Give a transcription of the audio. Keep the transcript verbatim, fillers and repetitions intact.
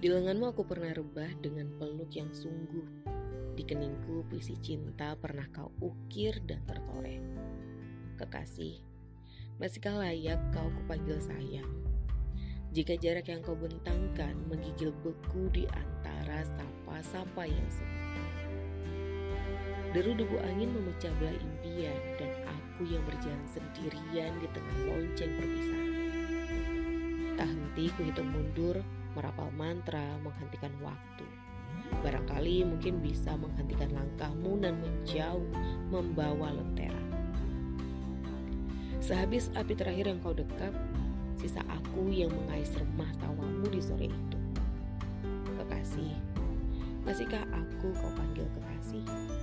lenganmu aku pernah rebah dengan peluk yang sungguh. Di keningku puisi cinta pernah kau ukir dan tertoreh. Kekasih, masihkah layak kau kupanggil sayang? Jika jarak yang kau bentangkan menggigil beku di antara sapa-sapa yang sepi. Deru debu angin memecah belah impian dan aku yang berjalan sendirian di tengah lonceng perpisahan. Tak henti ku hitung mundur, merapal mantra menghentikan waktu. Barangkali mungkin bisa menghentikan langkahmu dan menjauh membawa lentera. Sehabis api terakhir yang kau dekap, sisa aku yang mengais remah tawamu di sore itu. Kekasih, masihkah aku kau panggil kekasih?